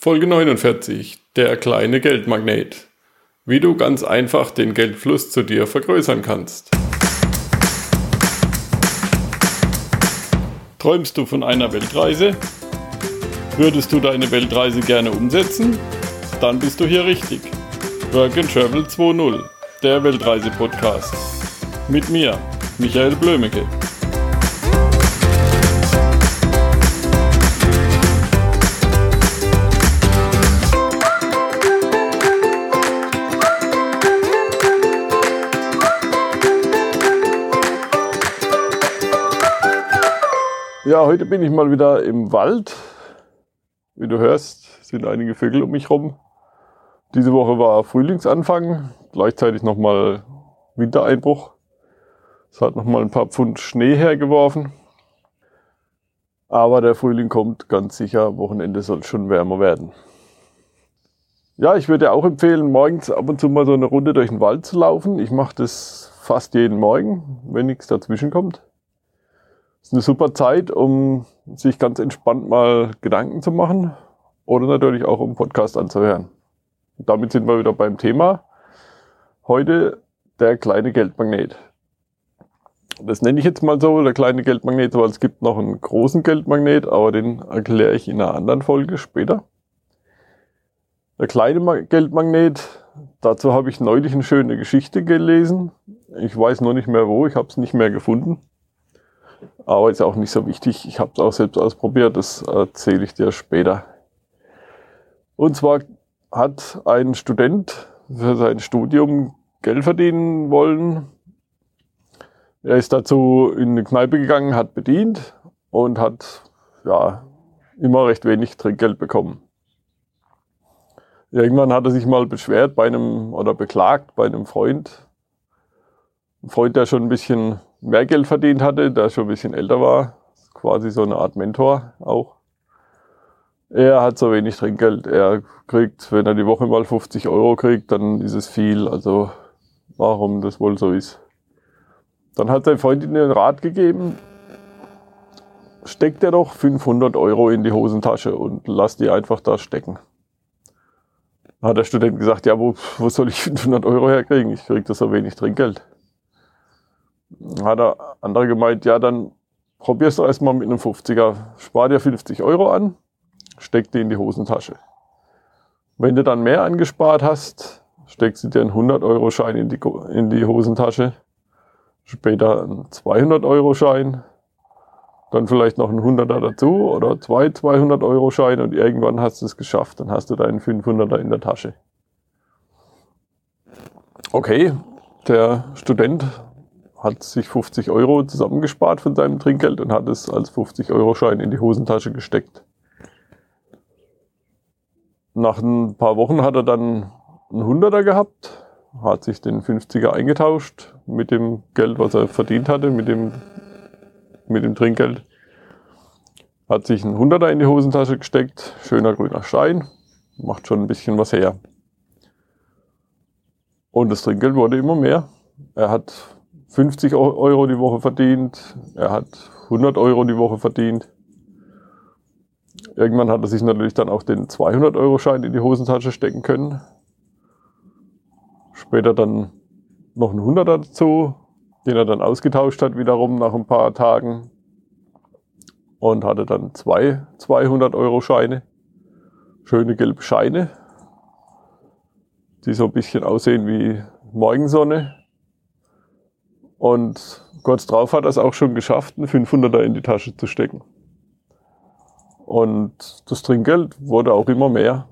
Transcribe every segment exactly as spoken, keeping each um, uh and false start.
Folge neunundvierzig. Der kleine Geldmagnet. Wie du ganz einfach den Geldfluss zu dir vergrößern kannst. Träumst du von einer Weltreise? Würdest du deine Weltreise gerne umsetzen? Dann bist du hier richtig. Work and Travel zwei Punkt null, der Weltreise-Podcast. Mit mir, Michael Blömecke. Ja, heute bin ich mal wieder im Wald. Wie du hörst, sind einige Vögel um mich rum. Diese Woche war Frühlingsanfang, gleichzeitig nochmal Wintereinbruch. Es hat nochmal ein paar Pfund Schnee hergeworfen. Aber der Frühling kommt ganz sicher, Wochenende soll schon wärmer werden. Ja, ich würde auch empfehlen, morgens ab und zu mal so eine Runde durch den Wald zu laufen. Ich mache das fast jeden Morgen, wenn nichts dazwischen kommt. Das ist eine super Zeit, um sich ganz entspannt mal Gedanken zu machen oder natürlich auch um Podcast anzuhören. Und damit sind wir wieder beim Thema. Heute der kleine Geldmagnet. Das nenne ich jetzt mal so, der kleine Geldmagnet, weil es gibt noch einen großen Geldmagnet, aber den erkläre ich in einer anderen Folge später. Der kleine Geldmagnet, dazu habe ich neulich eine schöne Geschichte gelesen. Ich weiß noch nicht mehr wo, ich habe es nicht mehr gefunden. Aber ist auch nicht so wichtig. Ich habe es auch selbst ausprobiert, das erzähle ich dir später. Und zwar hat ein Student für sein Studium Geld verdienen wollen. Er ist dazu in eine Kneipe gegangen, hat bedient und hat ja immer recht wenig Trinkgeld bekommen. Irgendwann hat er sich mal beschwert bei einem oder beklagt bei einem Freund. Ein Freund, der schon ein bisschen mehr Geld verdient hatte, der schon ein bisschen älter war, quasi so eine Art Mentor auch. Er hat so wenig Trinkgeld, er kriegt, wenn er die Woche mal fünfzig Euro kriegt, dann ist es viel, also warum das wohl so ist. Dann hat sein Freund ihm den Rat gegeben, steckt er doch fünfhundert Euro in die Hosentasche und lass die einfach da stecken. Dann hat der Student gesagt, ja, wo, wo soll ich fünfhundert Euro herkriegen, ich krieg da so wenig Trinkgeld. Hat der andere gemeint, ja, dann probier's doch erstmal mit einem fünfziger. Spar dir fünfzig Euro an, steck die in die Hosentasche. Wenn du dann mehr angespart hast, steckst du dir einen hundert Euro Schein in die, in die Hosentasche. Später einen zweihundert Euro Schein. Dann vielleicht noch einen hunderter dazu oder zwei zweihundert Euro Scheine und irgendwann hast du es geschafft. Dann hast du deinen fünfhunderter in der Tasche. Okay, der Student hat sich fünfzig Euro zusammengespart von seinem Trinkgeld und hat es als fünfzig Euro Schein in die Hosentasche gesteckt. Nach ein paar Wochen hat er dann einen hunderter gehabt, hat sich den fünfziger eingetauscht mit dem Geld, was er verdient hatte, mit dem, mit dem Trinkgeld. Hat sich einen hunderter in die Hosentasche gesteckt, schöner grüner Schein, macht schon ein bisschen was her. Und das Trinkgeld wurde immer mehr. Er hat fünfzig Euro die Woche verdient, er hat hundert Euro die Woche verdient. Irgendwann hat er sich natürlich dann auch den zweihundert Euro Schein in die Hosentasche stecken können. Später dann noch einen hunderter dazu, den er dann ausgetauscht hat wiederum nach ein paar Tagen. Und hatte dann zwei zweihundert Euro Scheine, schöne gelbe Scheine, die so ein bisschen aussehen wie Morgensonne. Und kurz drauf hat er es auch schon geschafft, einen fünfhunderter in die Tasche zu stecken. Und das Trinkgeld wurde auch immer mehr.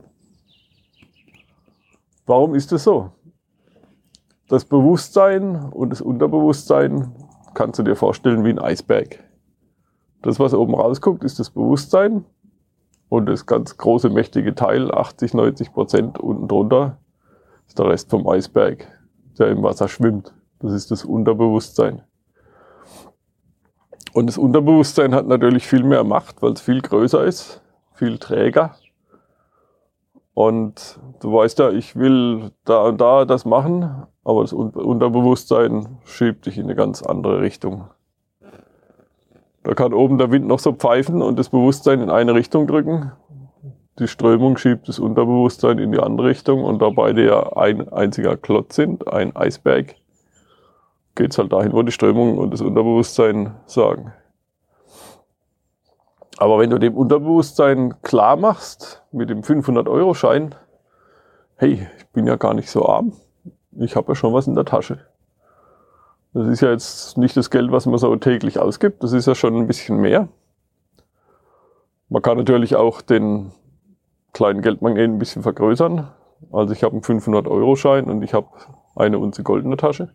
Warum ist das so? Das Bewusstsein und das Unterbewusstsein kannst du dir vorstellen wie ein Eisberg. Das, was oben rausguckt, ist das Bewusstsein. Und das ganz große, mächtige Teil, achtzig, neunzig Prozent unten drunter, ist der Rest vom Eisberg, der im Wasser schwimmt. Das ist das Unterbewusstsein. Und das Unterbewusstsein hat natürlich viel mehr Macht, weil es viel größer ist, viel träger. Und du weißt ja, ich will da und da das machen, aber das Unterbewusstsein schiebt dich in eine ganz andere Richtung. Da kann oben der Wind noch so pfeifen und das Bewusstsein in eine Richtung drücken. die Strömung schiebt das Unterbewusstsein in die andere Richtung und da beide ja ein einziger Klotz sind, ein Eisberg, geht es halt dahin, wo die Strömung und das Unterbewusstsein sagen. Aber wenn du dem Unterbewusstsein klar machst, mit dem fünfhundert-Euro-Schein, hey, ich bin ja gar nicht so arm, ich habe ja schon was in der Tasche. Das ist ja jetzt nicht das Geld, was man so täglich ausgibt, das ist ja schon ein bisschen mehr. Man kann natürlich auch den kleinen Geldmagnet ein bisschen vergrößern. Also ich habe einen fünfhundert-Euro-Schein und ich habe eine Unze Gold in der Tasche.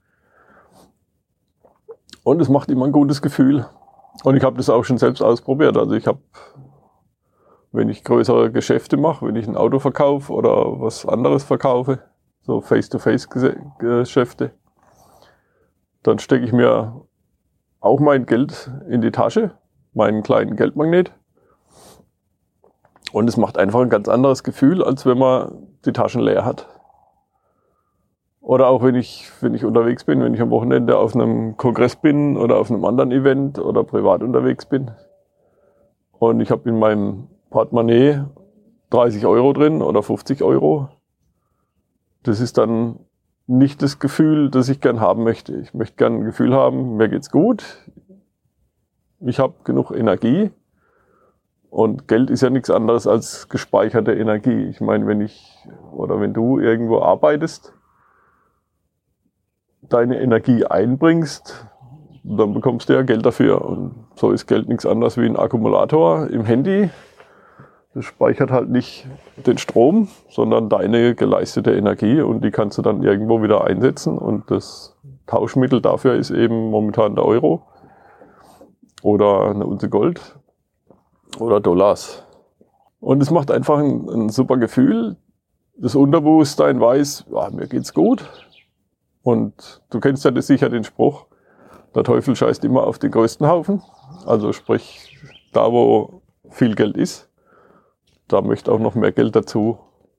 Und es macht immer ein gutes Gefühl. Und ich habe das auch schon selbst ausprobiert. Also ich habe, wenn ich größere Geschäfte mache, wenn ich ein Auto verkaufe oder was anderes verkaufe, so Face-to-Face-Geschäfte, dann stecke ich mir auch mein Geld in die Tasche, meinen kleinen Geldmagnet. Und es macht einfach ein ganz anderes Gefühl, als wenn man die Taschen leer hat. Oder auch wenn ich, wenn ich unterwegs bin, wenn ich am Wochenende auf einem Kongress bin oder auf einem anderen Event oder privat unterwegs bin. Und ich habe in meinem Portemonnaie dreißig Euro drin oder fünfzig Euro. Das ist dann nicht das Gefühl, das ich gern haben möchte. Ich möchte gern ein Gefühl haben, mir geht's gut. Ich habe genug Energie. Und Geld ist ja nichts anderes als gespeicherte Energie. Ich meine, wenn ich oder wenn du irgendwo arbeitest, deine Energie einbringst, dann bekommst du ja Geld dafür. Und so ist Geld nichts anderes wie ein Akkumulator im Handy. Das speichert halt nicht den Strom, sondern deine geleistete Energie und die kannst du dann irgendwo wieder einsetzen. Und das Tauschmittel dafür ist eben momentan der Euro oder eine Unze Gold oder Dollars. Und es macht einfach ein, ein super Gefühl. Das Unterbewusstsein weiß, ja, mir geht's gut. Und du kennst ja das sicher den Spruch, der Teufel scheißt immer auf den größten Haufen. Also sprich, da wo viel Geld ist, da möchte auch noch mehr Geld dazu.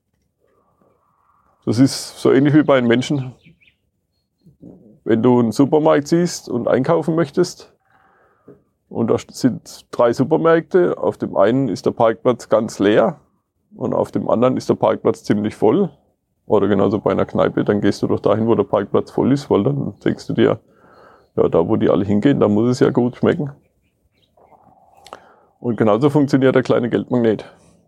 Das ist so ähnlich wie bei den Menschen. Wenn du einen Supermarkt siehst und einkaufen möchtest, und da sind drei Supermärkte, auf dem einen ist der Parkplatz ganz leer und auf dem anderen ist der Parkplatz ziemlich voll. Oder genauso bei einer Kneipe, dann gehst du doch dahin, wo der Parkplatz voll ist, weil dann denkst du dir, ja, da wo die alle hingehen, da muss es ja gut schmecken. Und genauso funktioniert der kleine Geldmagnet.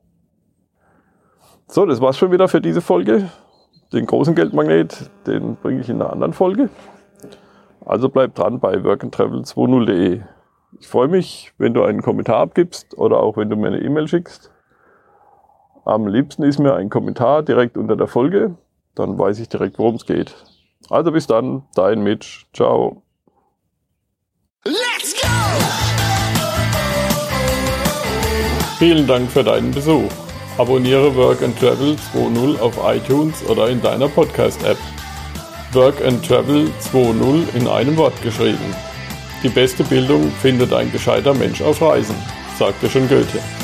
So, das war's schon wieder für diese Folge. Den großen Geldmagnet, den bringe ich in einer anderen Folge. Also bleib dran bei work and travel zwei punkt null punkt de. Ich freue mich, wenn du einen Kommentar abgibst oder auch wenn du mir eine E-Mail schickst. Am liebsten ist mir ein Kommentar direkt unter der Folge, dann weiß ich direkt, worum es geht. Also bis dann, dein Mitch. Ciao. Let's go! Vielen Dank für deinen Besuch. Abonniere Work and Travel zwei punkt null auf iTunes oder in deiner Podcast-App. Work and Travel zwei punkt null in einem Wort geschrieben. Die beste Bildung findet ein gescheiter Mensch auf Reisen, sagte schon Goethe.